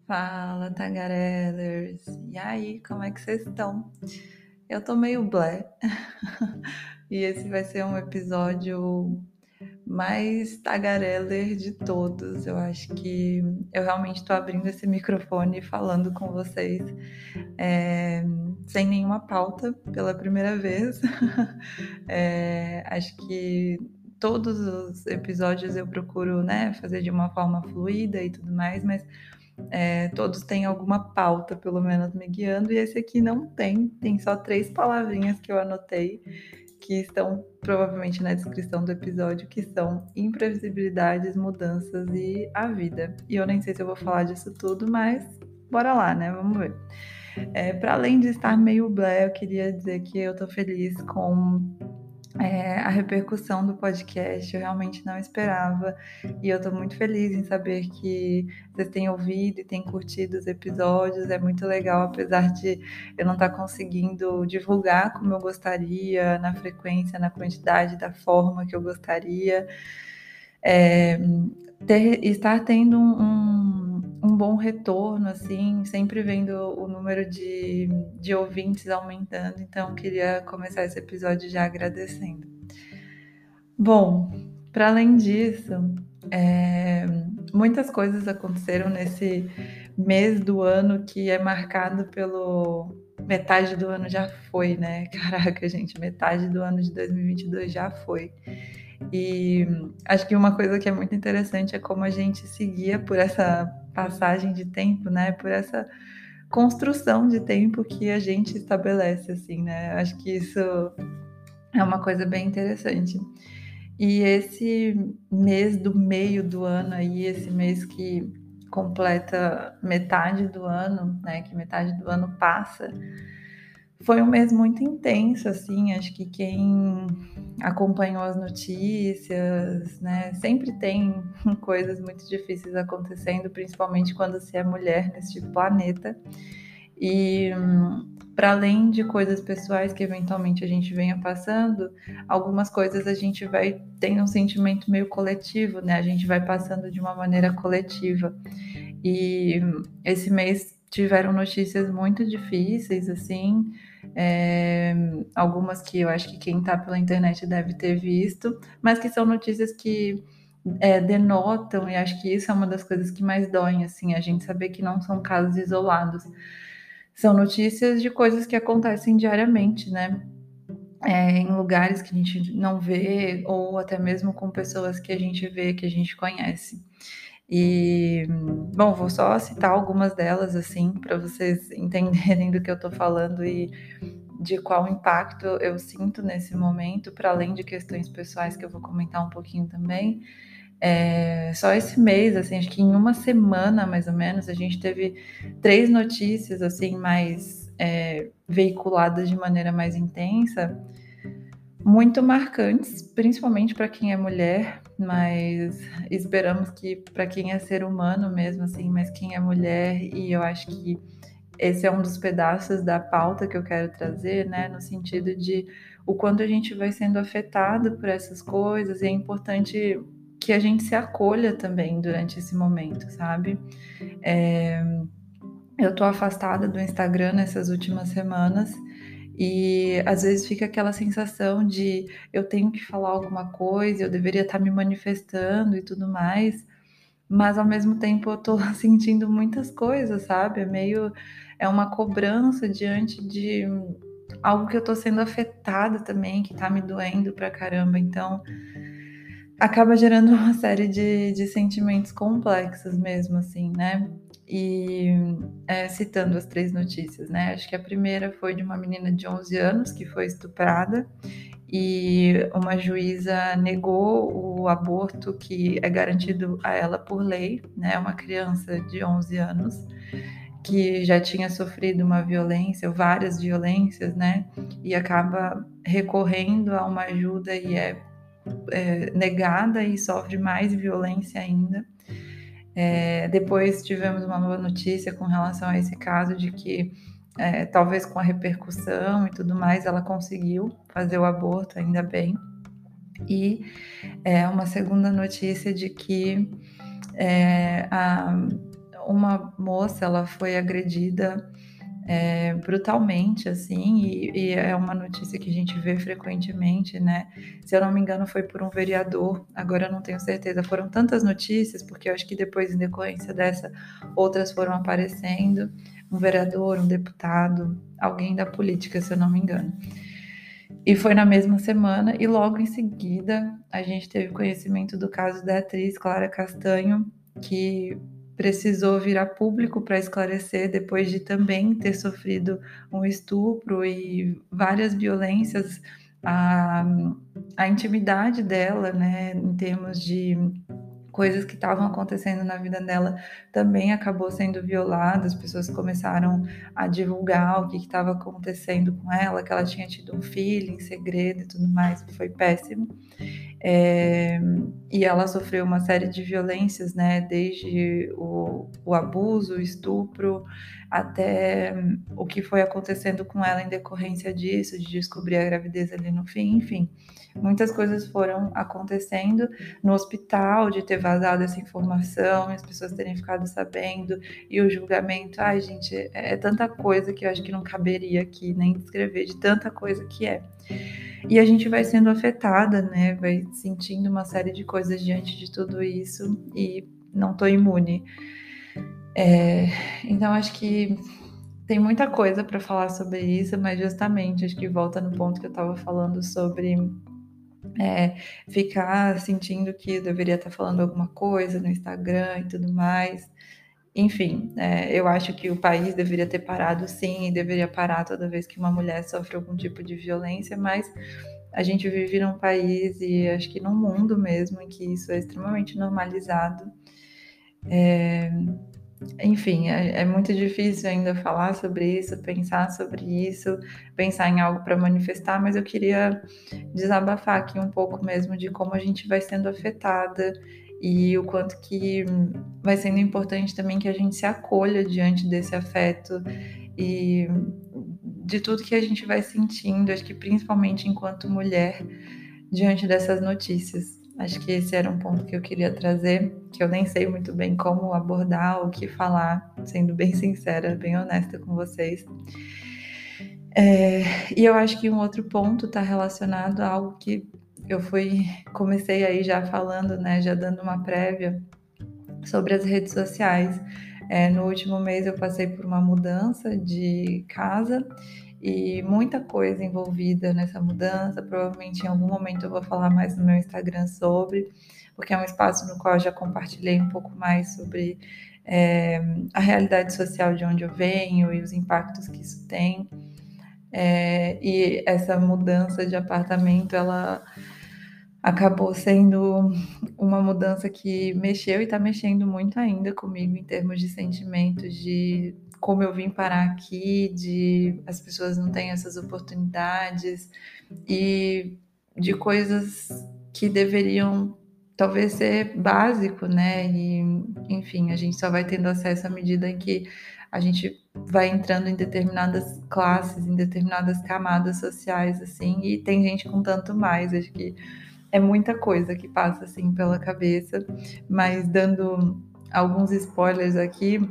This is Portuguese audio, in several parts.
Fala, tagarellers! E aí, como é que vocês estão? Eu tô meio blé. E esse vai ser um episódio mais tagareller de todos. Eu acho que eu realmente tô abrindo esse microfone e falando com vocês sem nenhuma pauta pela primeira vez. Acho que todos os episódios eu procuro, né, fazer de uma forma fluida e tudo mais, mas todos têm alguma pauta, pelo menos, me guiando, e esse aqui não tem só 3 palavrinhas que eu anotei, que estão provavelmente na descrição do episódio, que são imprevisibilidades, mudanças e a vida. E eu nem sei se eu vou falar disso tudo, mas bora lá, né? Vamos ver. Para além de estar meio blé, eu queria dizer que eu tô feliz com a repercussão do podcast. Eu realmente não esperava, e eu tô muito feliz em saber que vocês têm ouvido e têm curtido os episódios. É muito legal, apesar de eu não estar conseguindo divulgar como eu gostaria, na frequência, na quantidade, da forma que eu gostaria. Estar tendo um bom retorno, assim, sempre vendo o número de ouvintes aumentando, então queria começar esse episódio já agradecendo. Bom, para além disso, muitas coisas aconteceram nesse mês do ano que é marcado pelo... Metade do ano já foi, né? Caraca, gente, metade do ano de 2022 já foi. E acho que uma coisa que é muito interessante é como a gente seguia por essa passagem de tempo, né? Por essa construção de tempo que a gente estabelece, assim, né? Acho que isso é uma coisa bem interessante. E esse mês do meio do ano aí, esse mês que completa metade do ano, né? Que metade do ano passa, foi um mês muito intenso, assim. Acho que quem acompanhou as notícias, né, sempre tem coisas muito difíceis acontecendo, principalmente quando se é mulher neste planeta. E para além de coisas pessoais que eventualmente a gente venha passando, algumas coisas a gente vai tendo um sentimento meio coletivo, né? A gente vai passando de uma maneira coletiva. E esse mês tiveram notícias muito difíceis, assim, algumas que eu acho que quem está pela internet deve ter visto, mas que são notícias que denotam, e acho que isso é uma das coisas que mais doem, assim, a gente saber que não são casos isolados. São notícias de coisas que acontecem diariamente, né? Em lugares que a gente não vê, ou até mesmo com pessoas que a gente vê, que a gente conhece. E, bom, vou só citar algumas delas, assim, para vocês entenderem do que eu tô falando e de qual impacto eu sinto nesse momento, para além de questões pessoais que eu vou comentar um pouquinho também. Só esse mês, assim, acho que em uma semana, mais ou menos, a gente teve 3 notícias, assim, mais veiculadas de maneira mais intensa, muito marcantes, principalmente para quem é mulher, mas esperamos que para quem é ser humano mesmo, assim, mas quem é mulher, e eu acho que esse é um dos pedaços da pauta que eu quero trazer, né, no sentido de o quanto a gente vai sendo afetado por essas coisas, e é importante que a gente se acolha também durante esse momento, sabe? Eu tô afastada do Instagram nessas últimas semanas, e às vezes fica aquela sensação de eu tenho que falar alguma coisa, eu deveria estar me manifestando e tudo mais, mas ao mesmo tempo eu tô sentindo muitas coisas, sabe? É uma cobrança diante de algo que eu tô sendo afetada também, que tá me doendo pra caramba. Então, acaba gerando uma série de sentimentos complexos mesmo, assim, né? E citando as 3 notícias, né? Acho que a primeira foi de uma menina de 11 anos que foi estuprada, e uma juíza negou o aborto que é garantido a ela por lei, né? Uma criança de 11 anos que já tinha sofrido uma violência, várias violências, né? E acaba recorrendo a uma ajuda e é negada e sofre mais violência ainda. Depois tivemos uma boa notícia com relação a esse caso de que talvez com a repercussão e tudo mais, ela conseguiu fazer o aborto, ainda bem. E uma segunda notícia de que uma moça, ela foi agredida brutalmente, assim, e é uma notícia que a gente vê frequentemente, né? Se eu não me engano, foi por um vereador, agora eu não tenho certeza. Foram tantas notícias, porque eu acho que depois, em decorrência dessa, outras foram aparecendo. Um vereador, um deputado, alguém da política, se eu não me engano. E foi na mesma semana, e logo em seguida a gente teve conhecimento do caso da atriz Clara Castanho, que precisou vir a público para esclarecer depois de também ter sofrido um estupro e várias violências à intimidade dela, né, em termos de coisas que estavam acontecendo na vida dela também acabou sendo violada, as pessoas começaram a divulgar o que estava acontecendo com ela, que ela tinha tido um filho em segredo e tudo mais, foi péssimo. E ela sofreu uma série de violências, né, desde o abuso, o estupro, até o que foi acontecendo com ela em decorrência disso, de descobrir a gravidez ali no fim, enfim. Muitas coisas foram acontecendo no hospital, de ter vazado essa informação, as pessoas terem ficado sabendo, e o julgamento, ai gente, é tanta coisa que eu acho que não caberia aqui nem descrever de tanta coisa que é. E a gente vai sendo afetada, né? Vai sentindo uma série de coisas diante de tudo isso e não tô imune. Então acho que tem muita coisa para falar sobre isso, mas justamente acho que volta no ponto que eu estava falando sobre ficar sentindo que eu deveria estar falando alguma coisa no Instagram e tudo mais. Enfim, eu acho que o país deveria ter parado sim, e deveria parar toda vez que uma mulher sofre algum tipo de violência, mas a gente vive num país e acho que num mundo mesmo em que isso é extremamente normalizado. Enfim, é muito difícil ainda falar sobre isso, pensar em algo para manifestar, mas eu queria desabafar aqui um pouco mesmo de como a gente vai sendo afetada e o quanto que vai sendo importante também que a gente se acolha diante desse afeto e de tudo que a gente vai sentindo, acho que principalmente enquanto mulher, diante dessas notícias. Acho que esse era um ponto que eu queria trazer, que eu nem sei muito bem como abordar, o que falar, sendo bem sincera, bem honesta com vocês. E eu acho que um outro ponto está relacionado a algo que comecei aí já falando, né, já dando uma prévia sobre as redes sociais. No último mês eu passei por uma mudança de casa e muita coisa envolvida nessa mudança. Provavelmente em algum momento eu vou falar mais no meu Instagram sobre, porque é um espaço no qual eu já compartilhei um pouco mais sobre a realidade social de onde eu venho e os impactos que isso tem. E essa mudança de apartamento, ela acabou sendo uma mudança que mexeu e está mexendo muito ainda comigo em termos de sentimentos, de como eu vim parar aqui, de as pessoas não têm essas oportunidades e de coisas que deveriam talvez ser básico, né? E, enfim, a gente só vai tendo acesso à medida em que a gente vai entrando em determinadas classes, em determinadas camadas sociais, assim, e tem gente com tanto mais, acho que é muita coisa que passa assim pela cabeça, mas dando alguns spoilers aqui,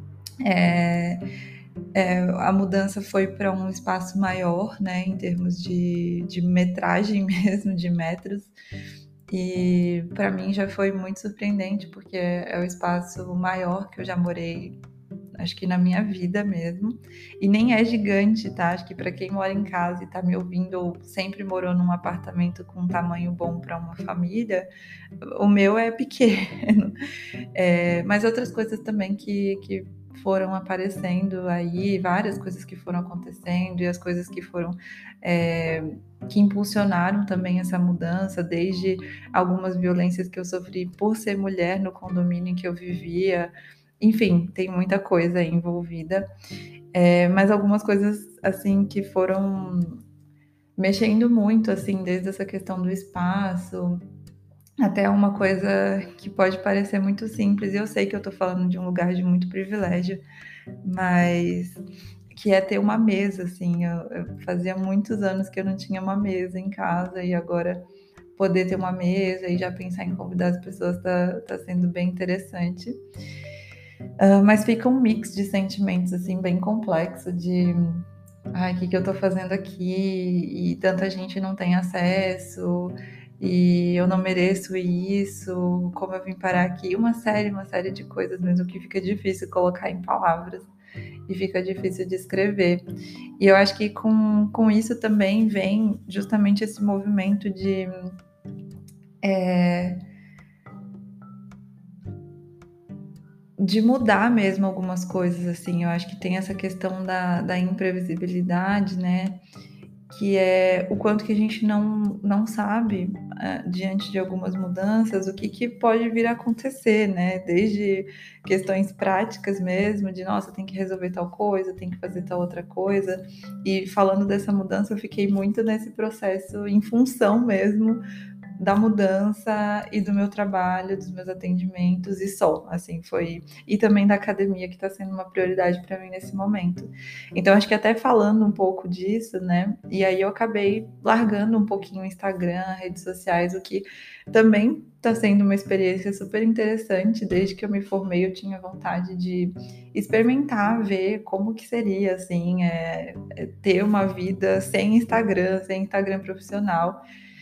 a mudança foi para um espaço maior, né, em termos de metragem mesmo, de metros, e para mim já foi muito surpreendente, porque é o espaço maior que eu já morei, acho que na minha vida mesmo, e nem é gigante, tá? Acho que para quem mora em casa e tá me ouvindo ou sempre morou num apartamento com um tamanho bom para uma família, o meu é pequeno. Mas outras coisas também que foram aparecendo aí, várias coisas que foram acontecendo e as coisas que foram que impulsionaram também essa mudança, desde algumas violências que eu sofri por ser mulher no condomínio em que eu vivia. Enfim, tem muita coisa aí envolvida, mas algumas coisas assim que foram mexendo muito, assim, desde essa questão do espaço, até uma coisa que pode parecer muito simples, e eu sei que eu tô falando de um lugar de muito privilégio, mas que é ter uma mesa, assim. Eu fazia muitos anos que eu não tinha uma mesa em casa, e agora poder ter uma mesa e já pensar em convidar as pessoas tá sendo bem interessante. Mas fica um mix de sentimentos, assim, bem complexo de: "Ai, o que que eu tô fazendo aqui? E tanta gente não tem acesso, e eu não mereço isso, como eu vim parar aqui?". Uma série de coisas mesmo que fica difícil colocar em palavras e fica difícil de escrever. E eu acho que com isso também vem justamente esse movimento de mudar mesmo algumas coisas, assim. Eu acho que tem essa questão da imprevisibilidade, né? Que é o quanto que a gente não sabe, diante de algumas mudanças, o que, que pode vir a acontecer, né? Desde questões práticas mesmo, de nossa, tem que resolver tal coisa, tem que fazer tal outra coisa. E falando dessa mudança, eu fiquei muito nesse processo em função mesmo da mudança e do meu trabalho, dos meus atendimentos e só, assim, foi e também da academia que está sendo uma prioridade para mim nesse momento. Então acho que até falando um pouco disso, né, e aí eu acabei largando um pouquinho o Instagram, redes sociais, o que também está sendo uma experiência super interessante. Desde que eu me formei, eu tinha vontade de experimentar, ver como que seria, assim, ter uma vida sem Instagram profissional.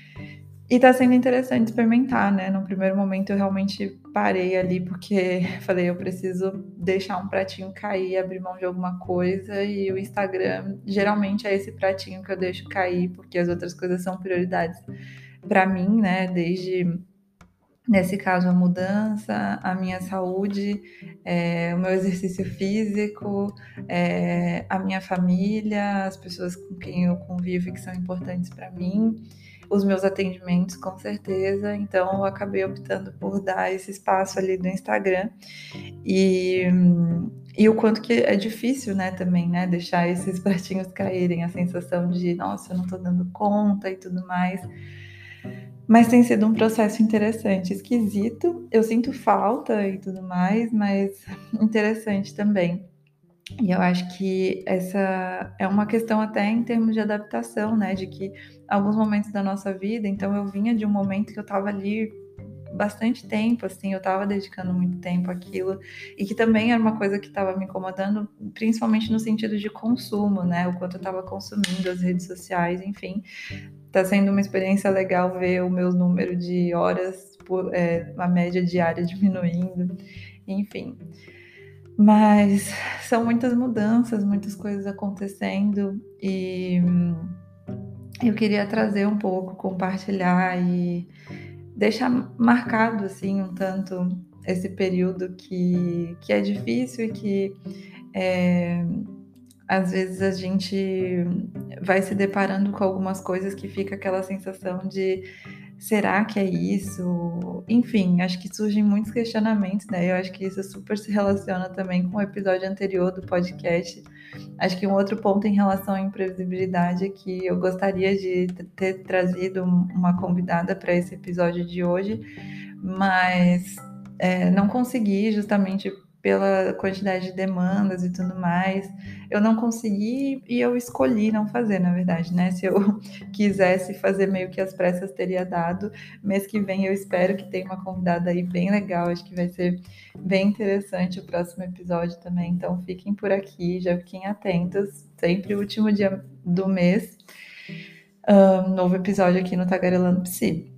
E tá sendo interessante experimentar, né? No primeiro momento eu realmente parei ali porque falei, eu preciso deixar um pratinho cair, abrir mão de alguma coisa, e o Instagram geralmente é esse pratinho que eu deixo cair, porque as outras coisas são prioridades para mim, né? Desde, nesse caso, a mudança, a minha saúde, o meu exercício físico, a minha família, as pessoas com quem eu convivo e que são importantes para mim, os meus atendimentos, com certeza. Então, eu acabei optando por dar esse espaço ali do Instagram. E, e o quanto que é difícil, né, também, né, deixar esses pratinhos caírem, a sensação de, nossa, eu não tô dando conta e tudo mais. Mas tem sido um processo interessante, esquisito. Eu sinto falta e tudo mais, mas interessante também. E eu acho que essa é uma questão até em termos de adaptação, né? De que alguns momentos da nossa vida, então eu vinha de um momento que eu estava ali bastante tempo, assim, eu estava dedicando muito tempo àquilo, e que também era uma coisa que estava me incomodando, principalmente no sentido de consumo, né? O quanto eu estava consumindo as redes sociais, enfim. Tá sendo uma experiência legal ver o meu número de horas, a média diária diminuindo, enfim. Mas são muitas mudanças, muitas coisas acontecendo, e eu queria trazer um pouco, compartilhar e deixar marcado, assim, um tanto esse período que é difícil e que é, às vezes a gente vai se deparando com algumas coisas que fica aquela sensação de será que é isso? Enfim, acho que surgem muitos questionamentos, né? Eu acho que isso super se relaciona também com o episódio anterior do podcast. Acho que um outro ponto em relação à imprevisibilidade é que eu gostaria de ter trazido uma convidada para esse episódio de hoje, mas não consegui, justamente pela quantidade de demandas e tudo mais. Eu não consegui e eu escolhi não fazer, na verdade, né? Se eu quisesse fazer meio que às pressas, teria dado. Mês que vem eu espero que tenha uma convidada aí bem legal, acho que vai ser bem interessante o próximo episódio também. Então fiquem por aqui, já fiquem atentos. Sempre o último dia do mês, novo episódio aqui no Tagarelando Psi.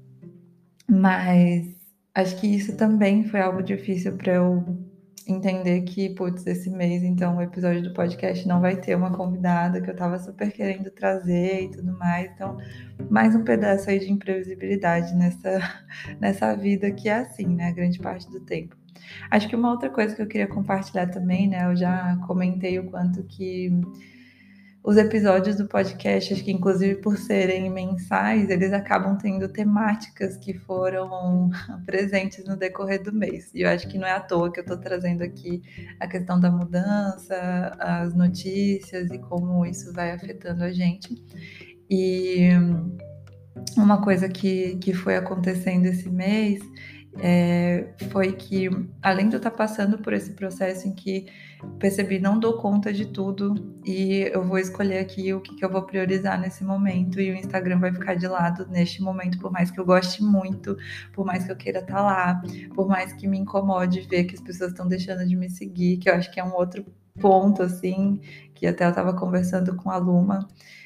Mas acho que isso também foi algo difícil para eu entender que, putz, esse mês, então, o episódio do podcast não vai ter uma convidada que eu tava super querendo trazer e tudo mais. Então, mais um pedaço aí de imprevisibilidade nessa vida que é assim, né? Grande parte do tempo. Acho que uma outra coisa que eu queria compartilhar também, né? Eu já comentei o quanto que os episódios do podcast, acho que inclusive por serem mensais, eles acabam tendo temáticas que foram presentes no decorrer do mês. E eu acho que não é à toa que eu estou trazendo aqui a questão da mudança, as notícias e como isso vai afetando a gente. E uma coisa que foi acontecendo esse mês foi que, além de eu estar passando por esse processo em que percebi não dou conta de tudo e eu vou escolher aqui o que eu vou priorizar nesse momento e o Instagram vai ficar de lado neste momento, por mais que eu goste muito, por mais que eu queira estar lá, por mais que me incomode ver que as pessoas estão deixando de me seguir, que eu acho que é um outro ponto, assim, que até eu estava conversando com a Luma,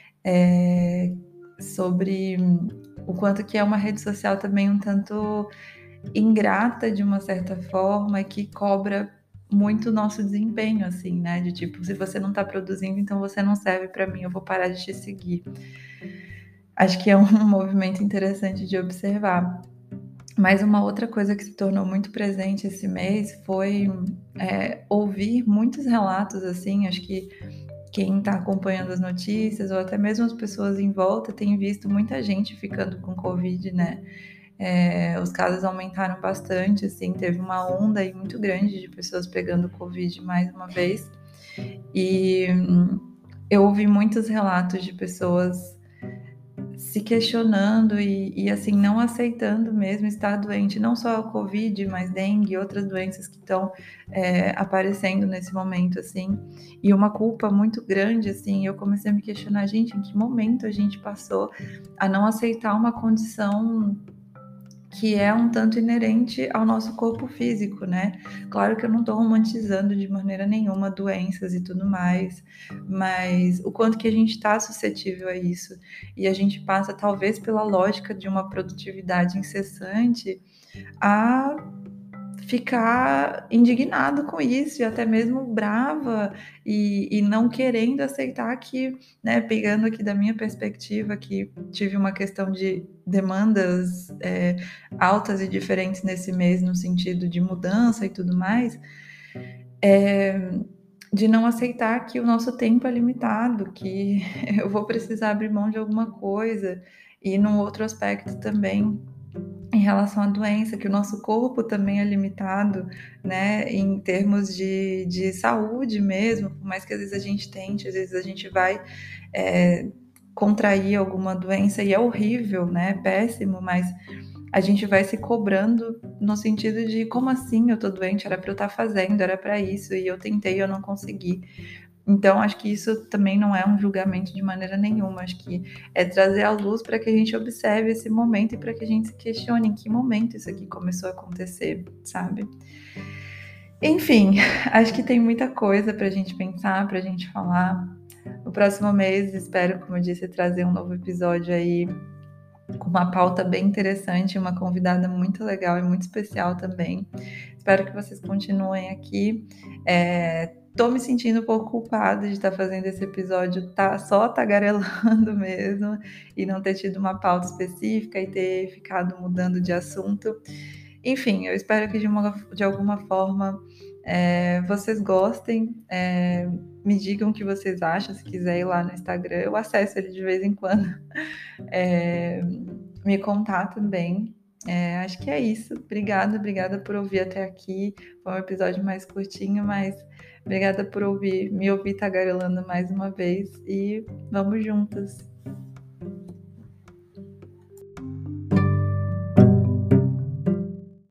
sobre o quanto que é uma rede social também um tanto ingrata de uma certa forma, que cobra muito o nosso desempenho, assim, né? De tipo, se você não tá produzindo, então você não serve para mim, eu vou parar de te seguir. Acho que é um movimento interessante de observar. Mas uma outra coisa que se tornou muito presente esse mês foi ouvir muitos relatos, assim, acho que quem está acompanhando as notícias, ou até mesmo as pessoas em volta, tem visto muita gente ficando com Covid, né? Os casos aumentaram bastante, assim, teve uma onda aí muito grande de pessoas pegando Covid mais uma vez. E eu ouvi muitos relatos de pessoas se questionando e assim, não aceitando mesmo estar doente, não só a Covid, mas dengue e outras doenças que estão aparecendo nesse momento, assim, e uma culpa muito grande, assim, eu comecei a me questionar, gente, em que momento a gente passou a não aceitar uma condição que é um tanto inerente ao nosso corpo físico, né? Claro que eu não estou romantizando de maneira nenhuma doenças e tudo mais, mas o quanto que a gente está suscetível a isso e a gente passa talvez pela lógica de uma produtividade incessante a ficar indignado com isso e até mesmo brava e não querendo aceitar que, né, pegando aqui da minha perspectiva, que tive uma questão de demandas altas e diferentes nesse mês no sentido de mudança e tudo mais, de não aceitar que o nosso tempo é limitado, que eu vou precisar abrir mão de alguma coisa e num outro aspecto também em relação à doença, que o nosso corpo também é limitado, né, em termos de saúde mesmo, por mais que às vezes a gente tente, às vezes a gente vai contrair alguma doença e é horrível, né, péssimo, mas a gente vai se cobrando no sentido de como assim eu tô doente, era para eu estar fazendo, era para isso, e eu tentei e eu não consegui. Então, acho que isso também não é um julgamento de maneira nenhuma. Acho que é trazer à luz para que a gente observe esse momento e para que a gente se questione em que momento isso aqui começou a acontecer, sabe? Enfim, acho que tem muita coisa para a gente pensar, para a gente falar. No próximo mês, espero, como eu disse, trazer um novo episódio aí com uma pauta bem interessante, uma convidada muito legal e muito especial também. Espero que vocês continuem aqui. Tô me sentindo um pouco culpada de estar fazendo esse episódio, só tagarelando mesmo, e não ter tido uma pauta específica e ter ficado mudando de assunto. Enfim, eu espero que de alguma forma vocês gostem, me digam o que vocês acham, se quiser ir lá no Instagram, eu acesso ele de vez em quando. Me contar também. Acho que é isso. Obrigada por ouvir até aqui. Foi um episódio mais curtinho, mas obrigada por me ouvir tagarelando mais uma vez e vamos juntas.